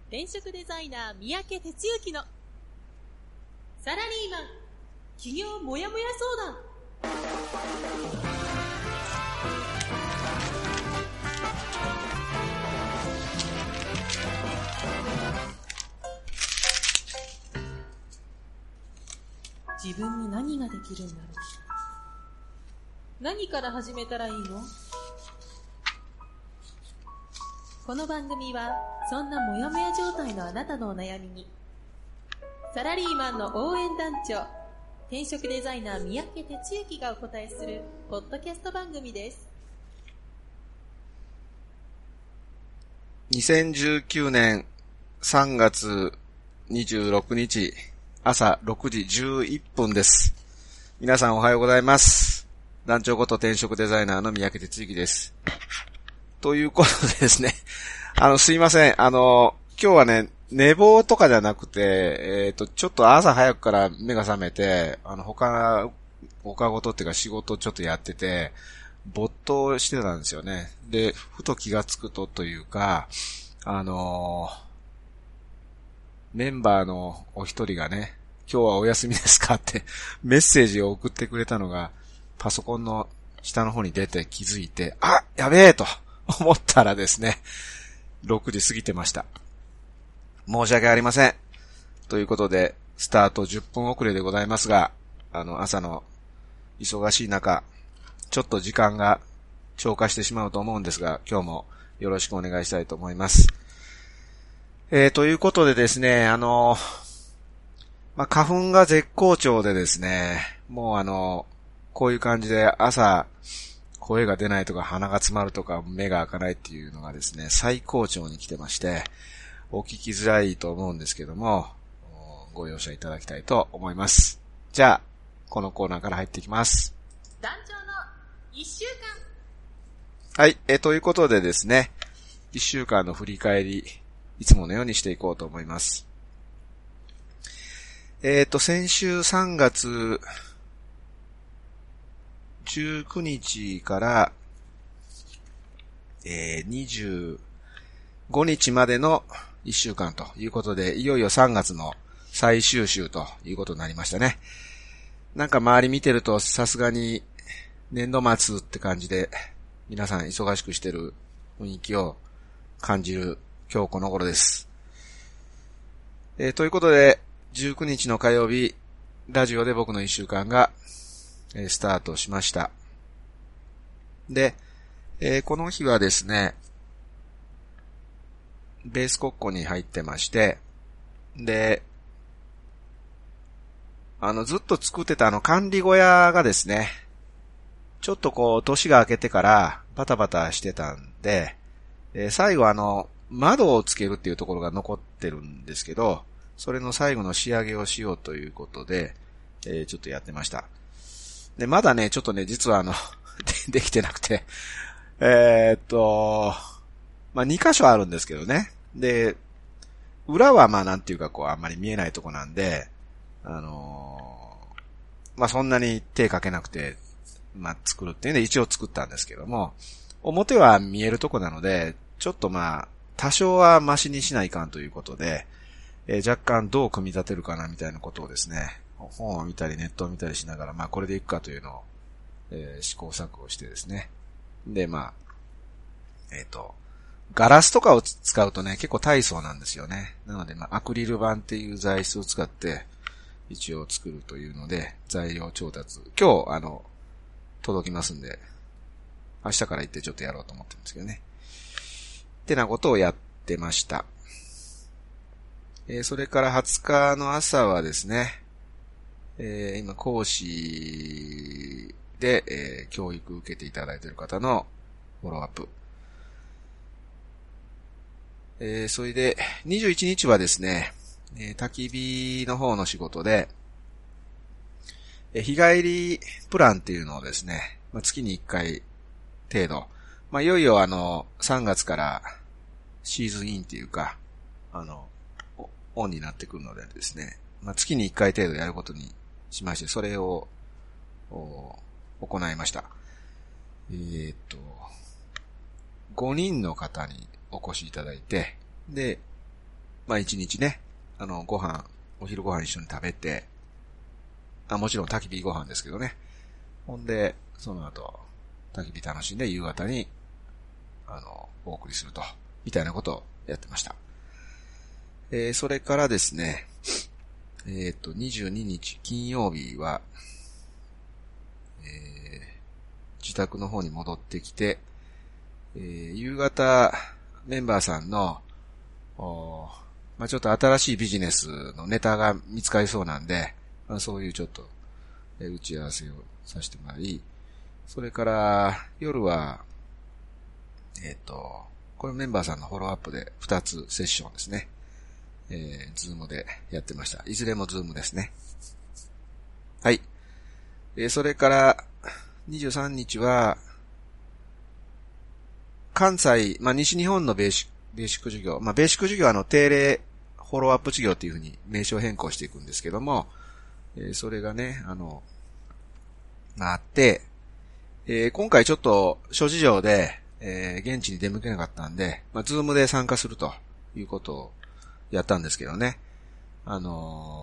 転職デザイナー三宅哲之のサラリーマン企業もやもや相談。自分に何ができるんだろう。何から始めたらいいの？この番組はそんなモヤモヤ状態のあなたのお悩みにサラリーマンの応援団長、転職デザイナー三宅哲之がお答えするポッドキャスト番組です。 2019年3月26日朝6時11分です。皆さんおはようございます。団長こと転職デザイナーの三宅哲之です。ということでですね、すいません。今日はね、寝坊とかじゃなくて、ちょっと朝早くから目が覚めて、他事っていうか仕事ちょっとやってて、没頭してたんですよね。で、ふと気がつくというか、メンバーのお一人がね、今日はお休みですかってメッセージを送ってくれたのが、パソコンの下の方に出て気づいて、あ、やべえと思ったらですね、6時過ぎてました。申し訳ありません。ということで、スタート10分遅れでございますが、朝の忙しい中、ちょっと時間が超過してしまうと思うんですが、今日もよろしくお願いしたいと思います。ということでですね、花粉が絶好調でですね、もうこういう感じで朝、声が出ないとか鼻が詰まるとか目が開かないっていうのがですね、最高潮に来てまして、お聞きづらいと思うんですけども、ご容赦いただきたいと思います。じゃあ、このコーナーから入っていきます。 団長の1週間。はい、ということでですね、1週間の振り返り、いつものようにしていこうと思います。先週3月19日から、25日までの1週間ということで、いよいよ3月の最終週ということになりましたね。なんか周り見てるとさすがに年度末って感じで皆さん忙しくしてる雰囲気を感じる今日この頃です。ということで19日の火曜日、ラジオで僕の1週間がスタートしました。で、この日はですね、ベース国庫に入ってまして、で、ずっと作ってた管理小屋がですね、ちょっと年が明けてからバタバタしてたんで、最後窓をつけるっていうところが残ってるんですけど、それの最後の仕上げをしようということで、ちょっとやってました。で、まだね、ちょっとね、実はできてなくて、2箇所あるんですけどね。で、裏はなんていうかあんまり見えないとこなんで、そんなに手かけなくて、作るっていうんで一応作ったんですけども、表は見えるとこなので、ちょっと多少はマシにしないかんということで、若干どう組み立てるかなみたいなことをですね、本を見たりネットを見たりしながら、これでいくかというのを、試行錯誤してですね。で、ガラスとかを使うとね、結構大層なんですよね。なので、アクリル板っていう材質を使って、一応作るというので、材料調達。今日、届きますんで、明日から行ってちょっとやろうと思ってるんですけどね。ってなことをやってました。それから20日の朝はですね、今講師で、教育受けていただいている方のフォローアップ。それで21日はですね、焚き火の方の仕事で、日帰りプランっていうのをですね、月に1回程度、いよいよ3月からシーズンインっていうか、オンになってくるのでですね、月に1回程度やることにしまして、それを行いました。5人の方にお越しいただいて、で、 まあ一日ね、お昼ご飯一緒に食べて、もちろん焚き火ご飯ですけどね。ほんで、その後、焚き火楽しんで夕方に、お送りすると、みたいなことをやってました。それからですね、22日金曜日は、自宅の方に戻ってきて、夕方、メンバーさんの、まあ、ちょっと新しいビジネスのネタが見つかりそうなんで、そういうちょっと、打ち合わせをさせてもらい、それから夜は、これメンバーさんのフォローアップで2つセッションですね。ズームでやってました。いずれもズームですね。はい。それから、23日は、関西、まあ、西日本のベーシック授業。まあ、ベーシック授業は定例フォローアップ授業っていうふうに名称変更していくんですけども、それがね、まあ、あって、今回ちょっと諸事情で、現地に出向けなかったんで、まあ、ズームで参加するということをやったんですけどね。まあ、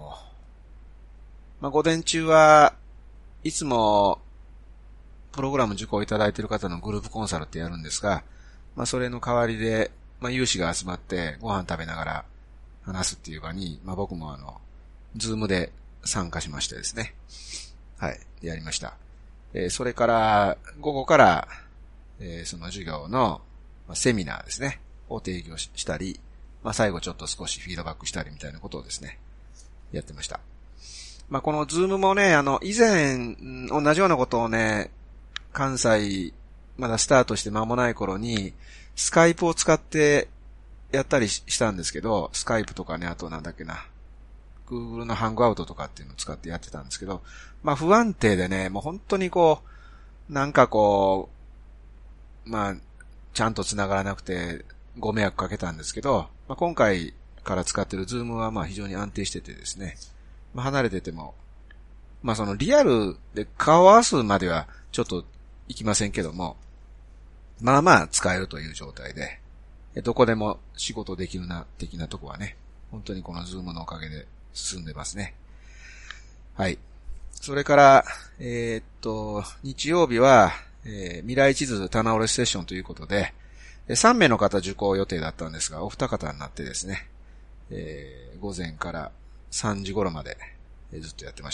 午前中はいつもプログラム受講いただいている方のグループコンサルってやるんですが、まあ、それの代わりで、まあ、有志が集まってご飯食べながら話すっていう場に、まあ、僕もズームで参加しましてですね。はい、やりました。それから、午後から、その授業の、まあ、セミナーですね、を提供したり、まあ、最後ちょっと少しフィードバックしたりみたいなことをですね、やってました。まあ、このズームもね、以前、同じようなことをね、関西、まだスタートして間もない頃に、スカイプを使ってやったりしたんですけど、スカイプとかね、あとなんだっけな、Google のハングアウトとかっていうのを使ってやってたんですけど、まあ不安定でね、もう本当になんかまあ、ちゃんと繋がらなくてご迷惑かけたんですけど、まあ今回から使ってる Zoom はまあ非常に安定しててですね、まあ離れてても、まあそのリアルで顔を合わすまではちょっといきませんけども、まあまあ使えるという状態で、どこでも仕事できるな、的なとこはね、本当にこのズームのおかげで進んでますね。はい。それから、日曜日は、未来地図棚卸しセッションということで、3名の方受講予定だったんですが、お二方になってですね、午前から3時頃まで、ずっとやってました。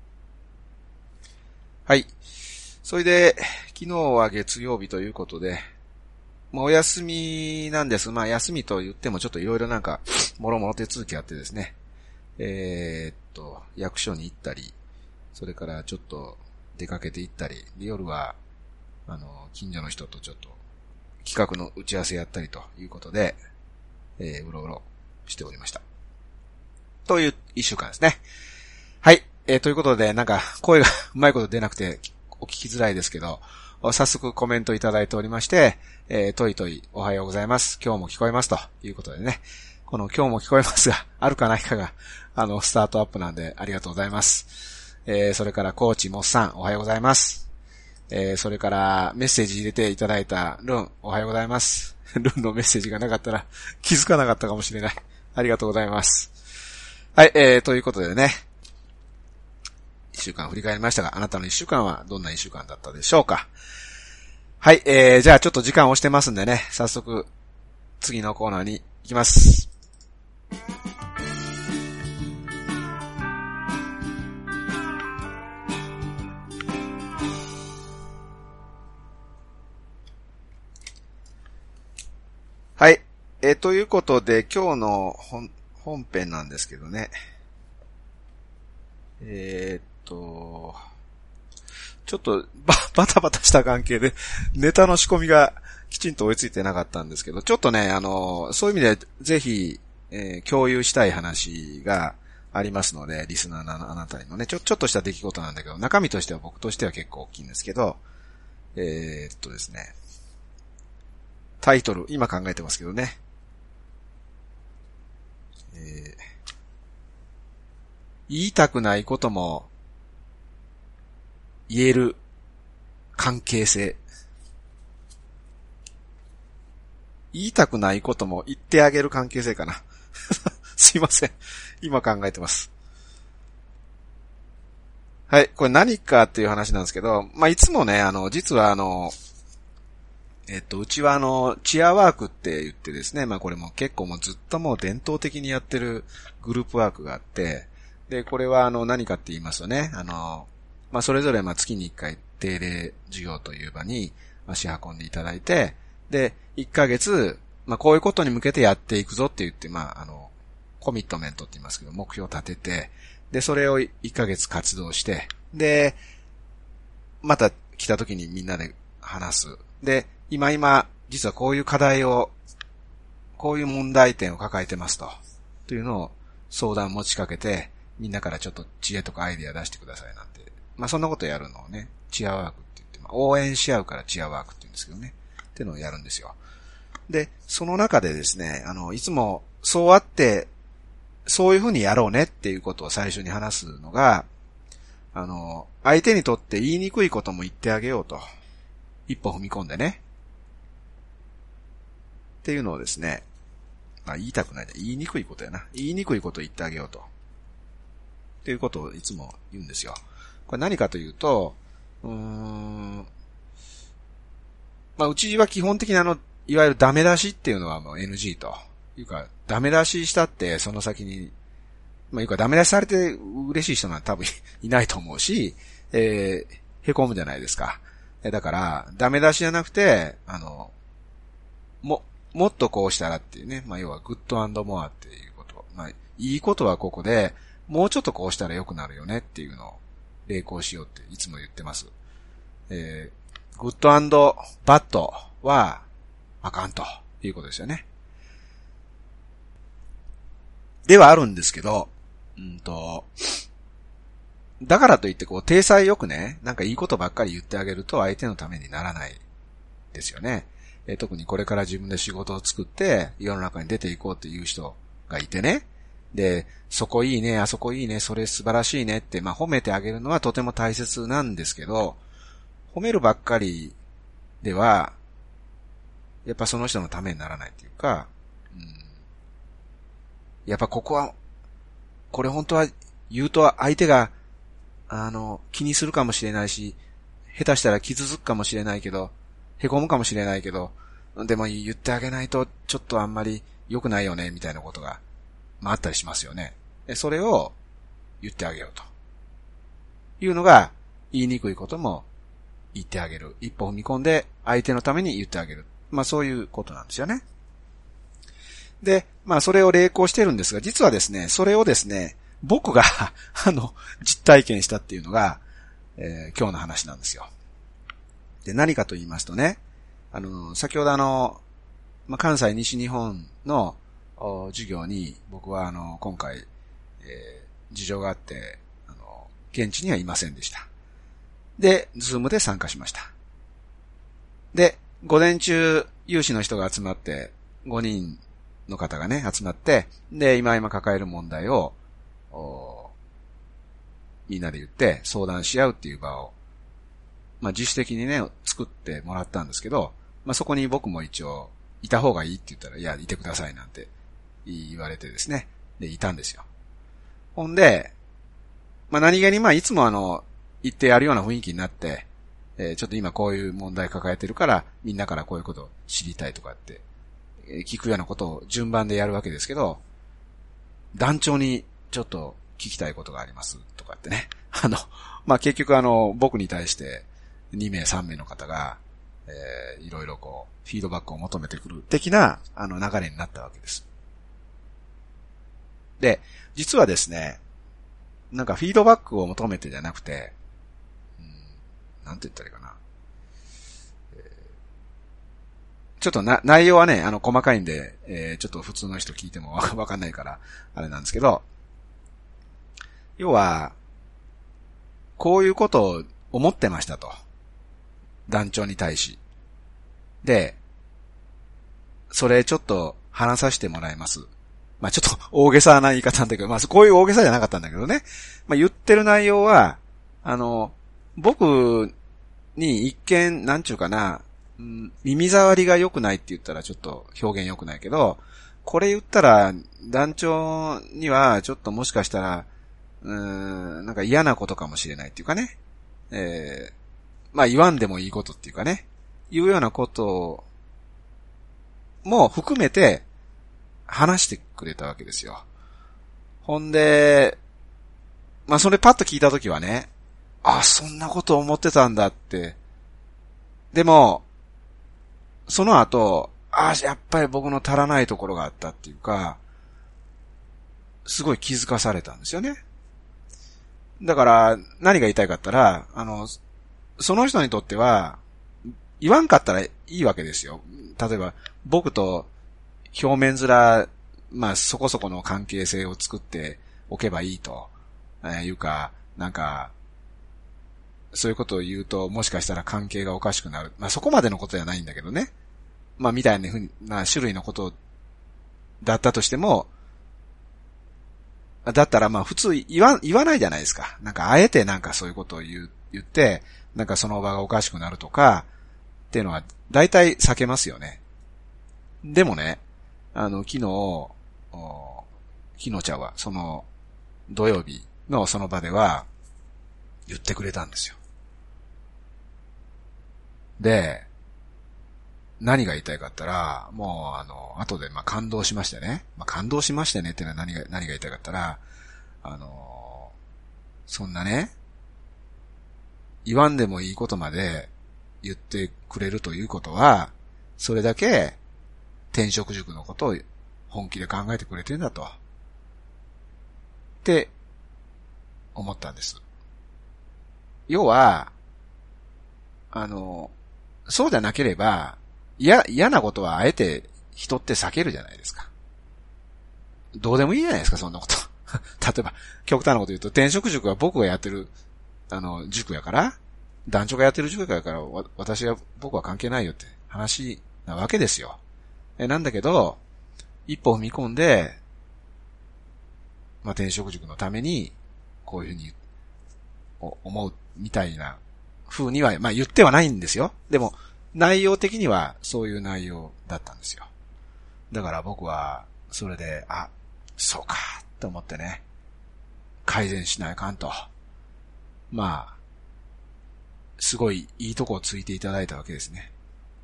はい。それで、昨日は月曜日ということで、まあ、お休みなんです。まあ、休みと言ってもちょっといろいろなんか、もろもろ手続きあってですね。役所に行ったり、それからちょっと出かけて行ったり、夜は、近所の人とちょっと、企画の打ち合わせやったりということで、うろうろしておりました。という一週間ですね。はい。ということで、なんか、声がうまいこと出なくて、お聞きづらいですけど、早速コメントいただいておりまして、トイトイおはようございます。今日も聞こえますということでね。この今日も聞こえますが、あるかないかが、スタートアップなんでありがとうございます。それからコーチモッさんおはようございます。それからメッセージ入れていただいたルンおはようございます。ルンのメッセージがなかったら気づかなかったかもしれない。ありがとうございます。はい、ということでね。一週間振り返りましたが、あなたの一週間はどんな一週間だったでしょうか。はい、じゃあちょっと時間を押してますんでね、早速次のコーナーに行きます。はい、ということで今日の本編なんですけどね。ちょっとバタバタした関係でネタの仕込みがきちんと追いついてなかったんですけど、ちょっとね、そういう意味でぜひ、共有したい話がありますので、リスナーのあなたにもね、ちょっとした出来事なんだけど、中身としては僕としては結構大きいんですけど、ですね、タイトル、今考えてますけどね、言いたくないことも言える関係性。 言いたくないことも言ってあげる関係性かな。すいません。今考えてます。はい。これ何かっていう話なんですけど、まあ、いつもね、実はうちはチアワークって言ってですね、まあ、これも結構もうずっともう伝統的にやってるグループワークがあって、で、これは何かって言いますとね、まあ、それぞれまあ月に1回定例授業という場に足運んでいただいて、で、1ヶ月、まあ、こういうことに向けてやっていくぞって言って、まあ、コミットメントって言いますけど、目標を立てて、で、それを1ヶ月活動して、で、また来た時にみんなで話す。で、今、実はこういう課題を、こういう問題点を抱えてますというのを相談持ちかけて、みんなからちょっと知恵とかアイディア出してくださいなんて。まあ、そんなことやるのをね、チアワークって言って、まあ、応援し合うからチアワークって言うんですけどね。っていうのをやるんですよ。で、その中でですね、いつもそうあって、そういうふうにやろうねっていうことを最初に話すのが、相手にとって言いにくいことも言ってあげようと。一歩踏み込んでね。っていうのをですね、まあ言いたくないね。言いにくいことやな。言いにくいことを言ってあげようと。っていうことをいつも言うんですよ。これ何かというと、まあうちは基本的にいわゆるダメ出しっていうのはもう NG と。いうか、ダメ出ししたってその先に、まあいうかダメ出しされて嬉しい人なんて多分いないと思うし、へこむじゃないですか。だから、ダメ出しじゃなくて、もっとこうしたらっていうね。まあ要はグッド&モアっていうこと。まあいいことはここで、もうちょっとこうしたら良くなるよねっていうのを励行しようっていつも言ってます。グッド&バッドはあかんということですよね。ではあるんですけど、だからといって体裁よくね、なんかいいことばっかり言ってあげると相手のためにならないですよね。特にこれから自分で仕事を作って世の中に出ていこうっていう人がいてね。で、そこいいね、あそこいいね、それ素晴らしいねって、まあ褒めてあげるのはとても大切なんですけど、褒めるばっかりでは、やっぱその人のためにならないっていうか、やっぱこれ本当は言うと相手が、気にするかもしれないし、下手したら傷つくかもしれないけど、凹むかもしれないけど、でも言ってあげないとちょっとあんまり良くないよね、みたいなことが、まああったりしますよね。それを言ってあげようと。いうのが、言いにくいことも言ってあげる。一歩踏み込んで相手のために言ってあげる。まあそういうことなんですよね。で、まあそれを励行してるんですが、実はですね、それをですね、僕が実体験したっていうのが、今日の話なんですよ。で、何かと言いますとね、先ほどまあ、関西西日本の授業に僕は今回、事情があって、現地にはいませんでした。で、ズームで参加しました。で、午前中、有志の人が集まって、5人の方がね、集まって、で、今抱える問題を、みんなで言って相談し合うっていう場を、まあ自主的にね、作ってもらったんですけど、まあそこに僕も一応、いた方がいいって言ったら、いや、いてくださいなんて言われてですね。で、いたんですよ。ほんで、まあ何気にまあいつも言ってやるような雰囲気になって、ちょっと今こういう問題抱えてるから、みんなからこういうことを知りたいとかって、聞くようなことを順番でやるわけですけど、団長にちょっと聞きたいことがありますとかってね。まあ、結局僕に対して2名3名の方が、いろいろフィードバックを求めてくる的な、流れになったわけです。で、実はですね、なんかフィードバックを求めてじゃなくて、なんて言ったらいいかな。ちょっと内容はね、細かいんで、ちょっと普通の人聞いてもわかんないから、あれなんですけど、要は、こういうことを思ってましたと。団長に対し。で、それちょっと話させてもらいます。まあちょっと大げさな言い方なんだけど、まあこういう大げさじゃなかったんだけどね。まあ言ってる内容は、僕に一見、なんちゅうかな、 耳障りが良くないって言ったらちょっと表現良くないけど、これ言ったら団長にはちょっともしかしたら、なんか嫌なことかもしれないっていうかね。まあ言わんでもいいことっていうかね。いうようなことも含めて話してくれたわけですよ。ほんで、まあそれパッと聞いたときはね、あ、そんなこと思ってたんだって。でも、その後、やっぱり僕の足らないところがあったっていうか、すごい気づかされたんですよね。だから、何が言いたいかったら、その人にとっては、言わんかったらいいわけですよ。例えば、僕と表面面、まあそこそこの関係性を作っておけばいいと、いうか、なんか、そういうことを言うと、もしかしたら関係がおかしくなる。まあそこまでのことじゃないんだけどね。まあみたいな種類のことだったとしても、だったらまあ普通言わないじゃないですか。なんかあえてなんかそういうことを言って、なんかその場がおかしくなるとか、っていうのは大体避けますよね。でもね、昨日ちゃんはその土曜日のその場では言ってくれたんですよ。で、何が言いたいかったら、もう後で感動しましてね。感動しましてねっていうのは何が言いたいかったら、そんなね、言わんでもいいことまで言ってくれるということは、それだけ転職塾のことを本気で考えてくれてるんだと。って思ったんです。要は、そうじゃなければ、嫌なことはあえて人って避けるじゃないですか。どうでもいいじゃないですか、そんなこと。例えば、極端なこと言うと、転職塾は僕がやってる、塾やから、団長がやってる塾やから、僕は関係ないよって話なわけですよ。なんだけど、一歩踏み込んで、転職塾のために、こういうふうに思うみたいな風には、言ってはないんですよ。でも、内容的にはそういう内容だったんですよ。だから僕は、それで、そうか、と思ってね、改善しないかんと。すごいいいとこをついていただいたわけですね。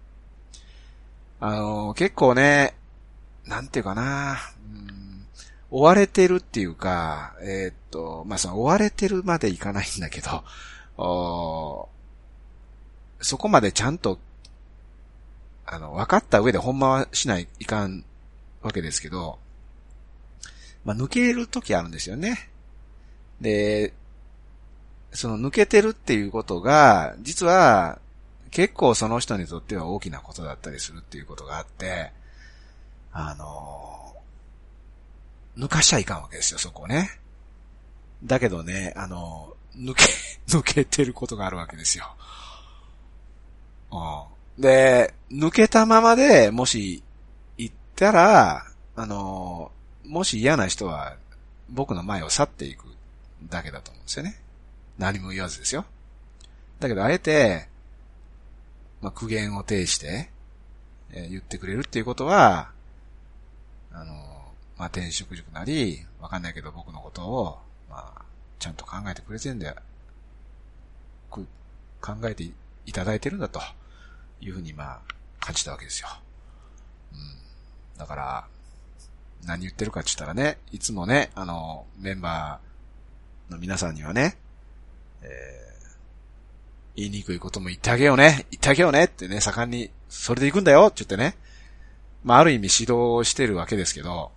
結構ね、なんていうかな、追われてるっていうか、その追われてるまでいかないんだけど、そこまでちゃんと、分かった上でほんまはしないいかんわけですけど、抜けるときあるんですよね。で、その抜けてるっていうことが、実は結構その人にとっては大きなことだったりするっていうことがあって、抜かしちゃいかんわけですよ、そこをね。だけどね、抜けてることがあるわけですよ。で、抜けたままでもし行ったら、もし嫌な人は僕の前を去っていくだけだと思うんですよね。何も言わずですよ。だけどあえて、苦言を呈して、言ってくれるっていうことは、転職塾なり、わかんないけど僕のことを、ちゃんと考えてくれてんだよ。考えていただいてるんだというふうに感じたわけですよ。だから、何言ってるかって言ったらね、いつもね、メンバーの皆さんにはね、言いにくいことも言ってあげようねってね、盛んに、それで行くんだよって言ってね、ある意味指導してるわけですけど、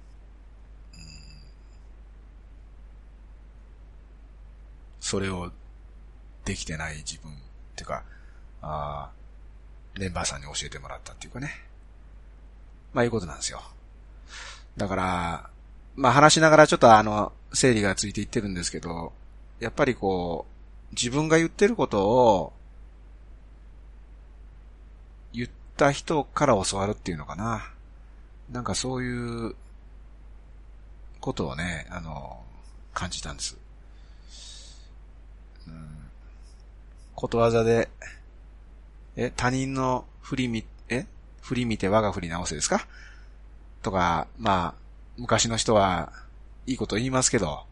それをできてない自分っていうか、メンバーさんに教えてもらったっていうかね。いうことなんですよ。だから、話しながらちょっと整理がついていってるんですけど、やっぱり自分が言ってることを、言った人から教わるっていうのかな。なんかそういうことをね、感じたんです。ことわざで、 他人の振り見て我が振り直せですかとか、まあ、昔の人はいいこと言いますけど、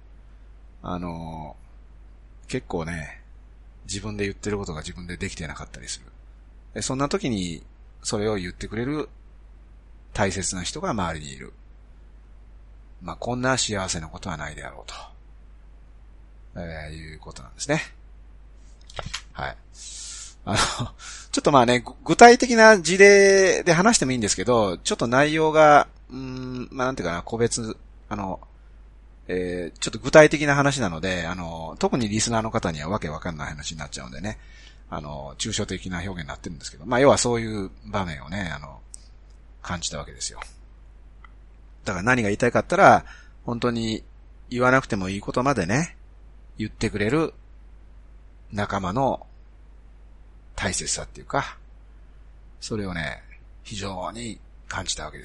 結構ね、自分で言ってることが自分でできてなかったりする。そんな時に、それを言ってくれる大切な人が周りにいる。まあ、こんな幸せなことはないであろうと、いうことなんですね。はい。ちょっとまあね、具体的な事例で話してもいいんですけど、ちょっと内容が、まあなんていうかな、個別、ちょっと具体的な話なので、特にリスナーの方にはわけわかんない話になっちゃうんでね、抽象的な表現になってるんですけど、まあ要はそういう場面をね、感じたわけですよ。だから何が言いたいかったら、本当に言わなくてもいいことまでね、言ってくれる仲間の大切さっていうか、それをね、非常に感じたわけです。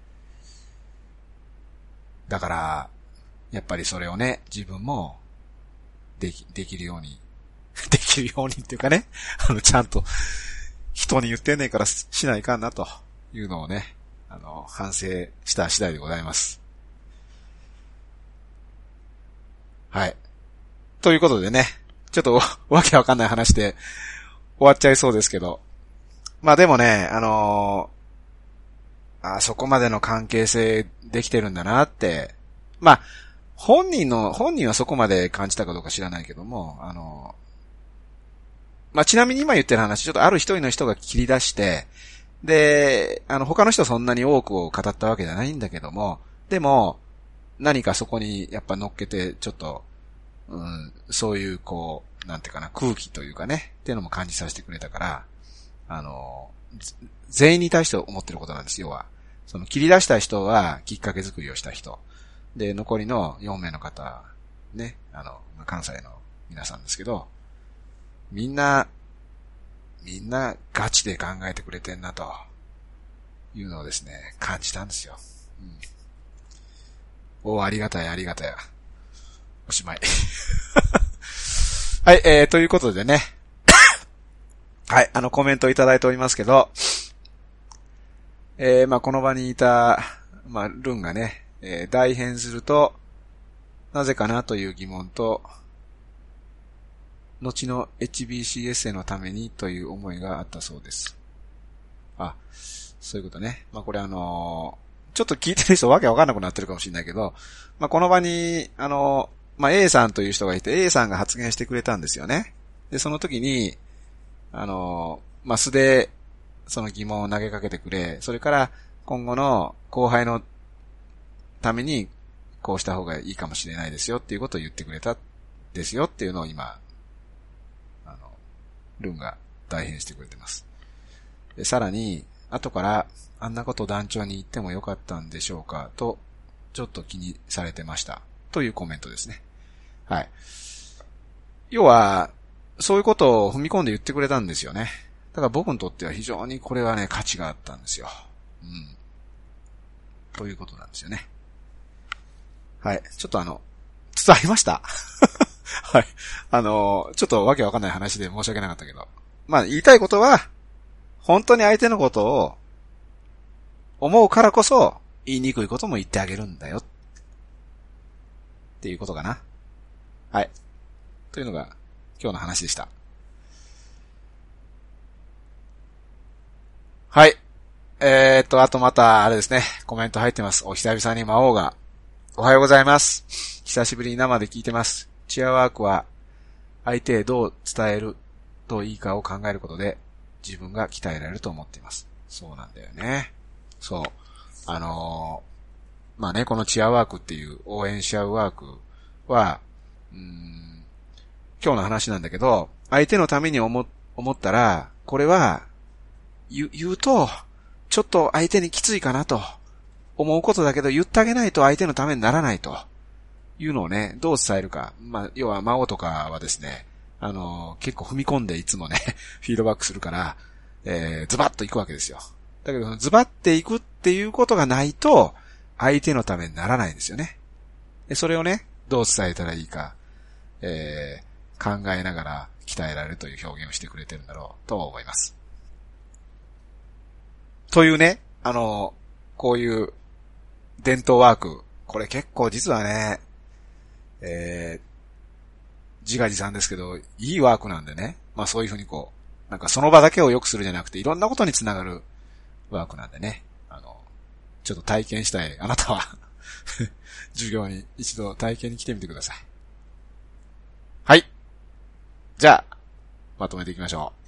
だから、やっぱりそれをね、自分もできるようにっていうかね、ちゃんと人に言ってんねんからしないかんなというのをね、反省した次第でございます。はい。ということでね、ちょっとわけわかんない話で終わっちゃいそうですけど、まあでもね、そこまでの関係性できてるんだなって、まあ、本人はそこまで感じたかどうか知らないけども、まあちなみに今言ってる話、ちょっとある一人の人が切り出して、で、他の人そんなに多くを語ったわけじゃないんだけども、でも、何かそこにやっぱ乗っけて、ちょっと、そういうこう、なんていうかな、空気というかね、っていうのも感じさせてくれたから、全員に対して思ってることなんですよ。要は、その切り出した人はきっかけ作りをした人。で、残りの4名の方、ね、関西の皆さんですけど、みんなガチで考えてくれてんなというのをですね、感じたんですよ。ありがたや。おしまい。はい、ということでね。はい、コメントいただいておりますけど、まあ、この場にいた、まあ、ルンがね、代返すると、なぜかなという疑問と、後の HBC エッセイのためにという思いがあったそうです。あ、そういうことね。まあ、これちょっと聞いてる人わけわかんなくなってるかもしれないけど、まあ、この場に、まあ、A さんという人がいて、A さんが発言してくれたんですよね。で、その時に、まあ、素で、その疑問を投げかけてくれ、それから今後の後輩のためにこうした方がいいかもしれないですよっていうことを言ってくれたですよっていうのを今、ルンが代返してくれてます。で、さらに、後からあんなこと団長に言ってもよかったんでしょうかと、ちょっと気にされてました。というコメントですね。はい。要は、そういうことを踏み込んで言ってくれたんですよね。だから僕にとっては非常にこれはね、価値があったんですよ。ということなんですよね。はい。ちょっと伝わりましたはい。ちょっとわけわかんない話で申し訳なかったけど。まあ、言いたいことは、本当に相手のことを思うからこそ、言いにくいことも言ってあげるんだよ。っていうことかな。はい。というのが、今日の話でした。はい。あとまた、あれですね、コメント入ってます。お久々に魔王が。おはようございます。久しぶりに生で聞いてます。チアワークは、相手へどう伝えるといいかを考えることで、自分が鍛えられると思っています。そうなんだよね。そう。まあね、このチアワークっていう応援し合うワークは、今日の話なんだけど、相手のために思ったら、これは、言うと、ちょっと相手にきついかなと思うことだけど、言ってあげないと相手のためにならないというのをね、どう伝えるか。まあ、要は魔王とかはですね、結構踏み込んでいつもね、フィードバックするから、ズバッといくわけですよ。だけど、ズバッていくっていうことがないと、相手のためにならないんですよね。でそれをね、どう伝えたらいいか、考えながら鍛えられるという表現をしてくれてるんだろうと思います。 というね、こういう伝統ワーク、これ結構実はね、自画自賛ですけど、いいワークなんでね。まあそういうふうになんかその場だけを良くするじゃなくて、いろんなことにつながるワークなんでね。ちょっと体験したいあなたは、授業に一度体験に来てみてください。はい。じゃあ、まとめていきましょう。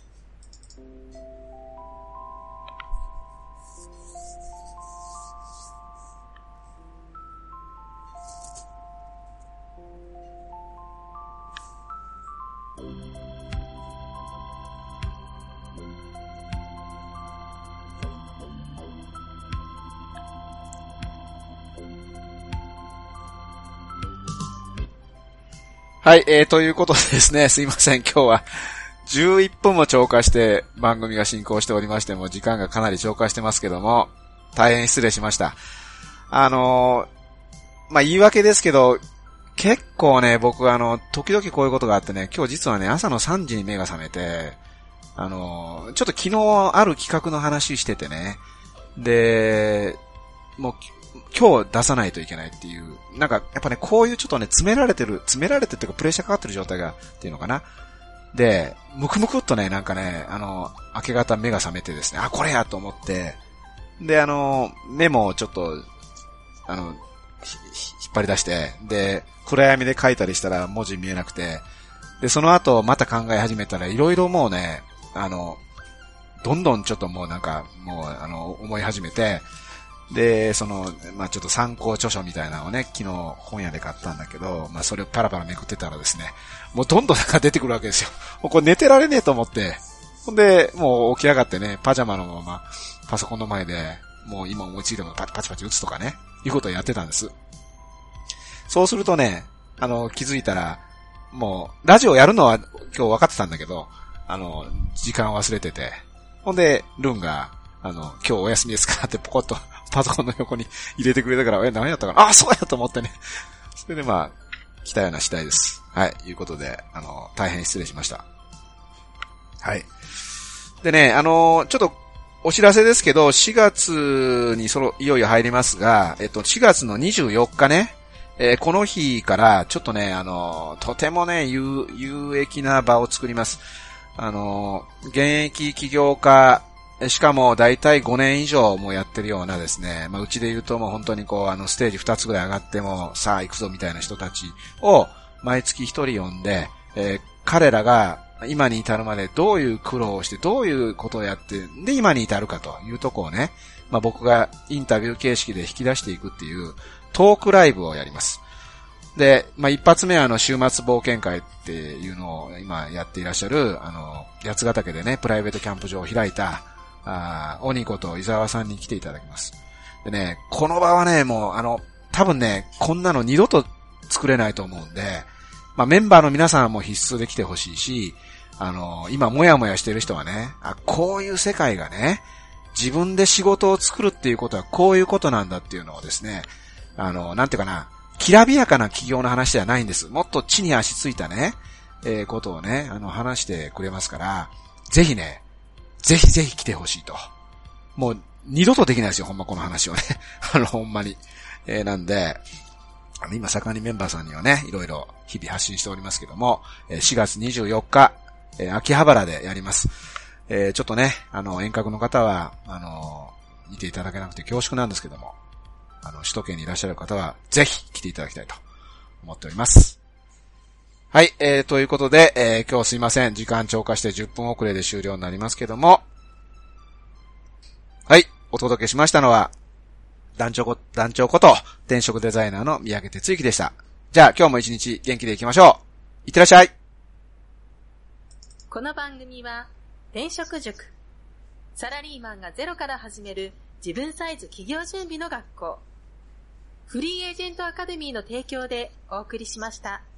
はい、ということでですね、すいません、今日は11分も超過して番組が進行しておりましても、時間がかなり超過してますけども、大変失礼しました。まあ、言い訳ですけど、結構ね、僕時々こういうことがあってね、今日実はね、朝の3時に目が覚めて、ちょっと昨日ある企画の話しててね、で、もう、今日出さないといけないっていう、なんか、やっぱね、こういうちょっとね、詰められてっていうか、プレッシャーかかってる状態が、っていうのかな。で、むくむくっとね、なんかね、明け方目が覚めてですね、あ、これやと思って、で、メモをちょっと、引っ張り出して、で、暗闇で書いたりしたら文字見えなくて、で、その後また考え始めたら、いろいろもうね、どんどんちょっともうなんか、もう思い始めて、で、まあ、ちょっと参考著書みたいなのをね、昨日本屋で買ったんだけど、まあ、それをパラパラめくってたらですね、もうどんどんなんか出てくるわけですよ。もうこれ寝てられねえと思って、ほんで、もう起き上がってね、パジャマのまま、パソコンの前で、もう今思いついてもパチパチ打つとかね、いうことをやってたんです。そうするとね、気づいたら、もう、ラジオやるのは今日分かってたんだけど、時間忘れてて、ほんで、ルンが、今日お休みですかってポコッとパソコンの横に入れてくれたから、何やったかなあ、そうやと思ってね。それでまあ、来たような次第です。はい、いうことで、大変失礼しました。はい。でね、ちょっと、お知らせですけど、4月にいよいよ入りますが、4月の24日ね、この日から、ちょっとね、とてもね、有益な場を作ります。現役起業家、しかも大体5年以上もやってるようなですね、まあうちで言うともう本当にステージ2つぐらい上がってもさあ行くぞみたいな人たちを毎月1人呼んで、彼らが今に至るまでどういう苦労をしてどういうことをやってで今に至るかというところをね、まあ僕がインタビュー形式で引き出していくっていうトークライブをやります。で、まあ一発目は週末冒険会っていうのを今やっていらっしゃる八ヶ岳でねプライベートキャンプ場を開いた鬼子と伊沢さんに来ていただきます。でね、この場はね、もう多分ね、こんなの二度と作れないと思うんで、まあメンバーの皆さんも必須で来てほしいし、今もやもやしてる人はね、こういう世界がね、自分で仕事を作るっていうことはこういうことなんだっていうのをですね、なんていうかな、きらびやかな企業の話ではないんです。もっと地に足ついたね、ことをね、話してくれますから、ぜひね、ぜひぜひ来てほしいと。もう二度とできないですよ、ほんまこの話をね。ほんまに。なんで、今盛んにメンバーさんにはね、いろいろ日々発信しておりますけども、4月24日、秋葉原でやります。ちょっとね、遠隔の方は、見ていただけなくて恐縮なんですけども、首都圏にいらっしゃる方は、ぜひ来ていただきたいと思っております。はい、ということで、今日すいません。時間超過して10分遅れで終了になりますけども。はい、お届けしましたのは、団長こと、転職デザイナーの三宅哲之でした。じゃあ今日も一日元気でいきましょう。いってらっしゃい。 この番組は、転職塾。サラリーマンがゼロから始める自分サイズ企業準備の学校。フリーエージェントアカデミーの提供でお送りしました。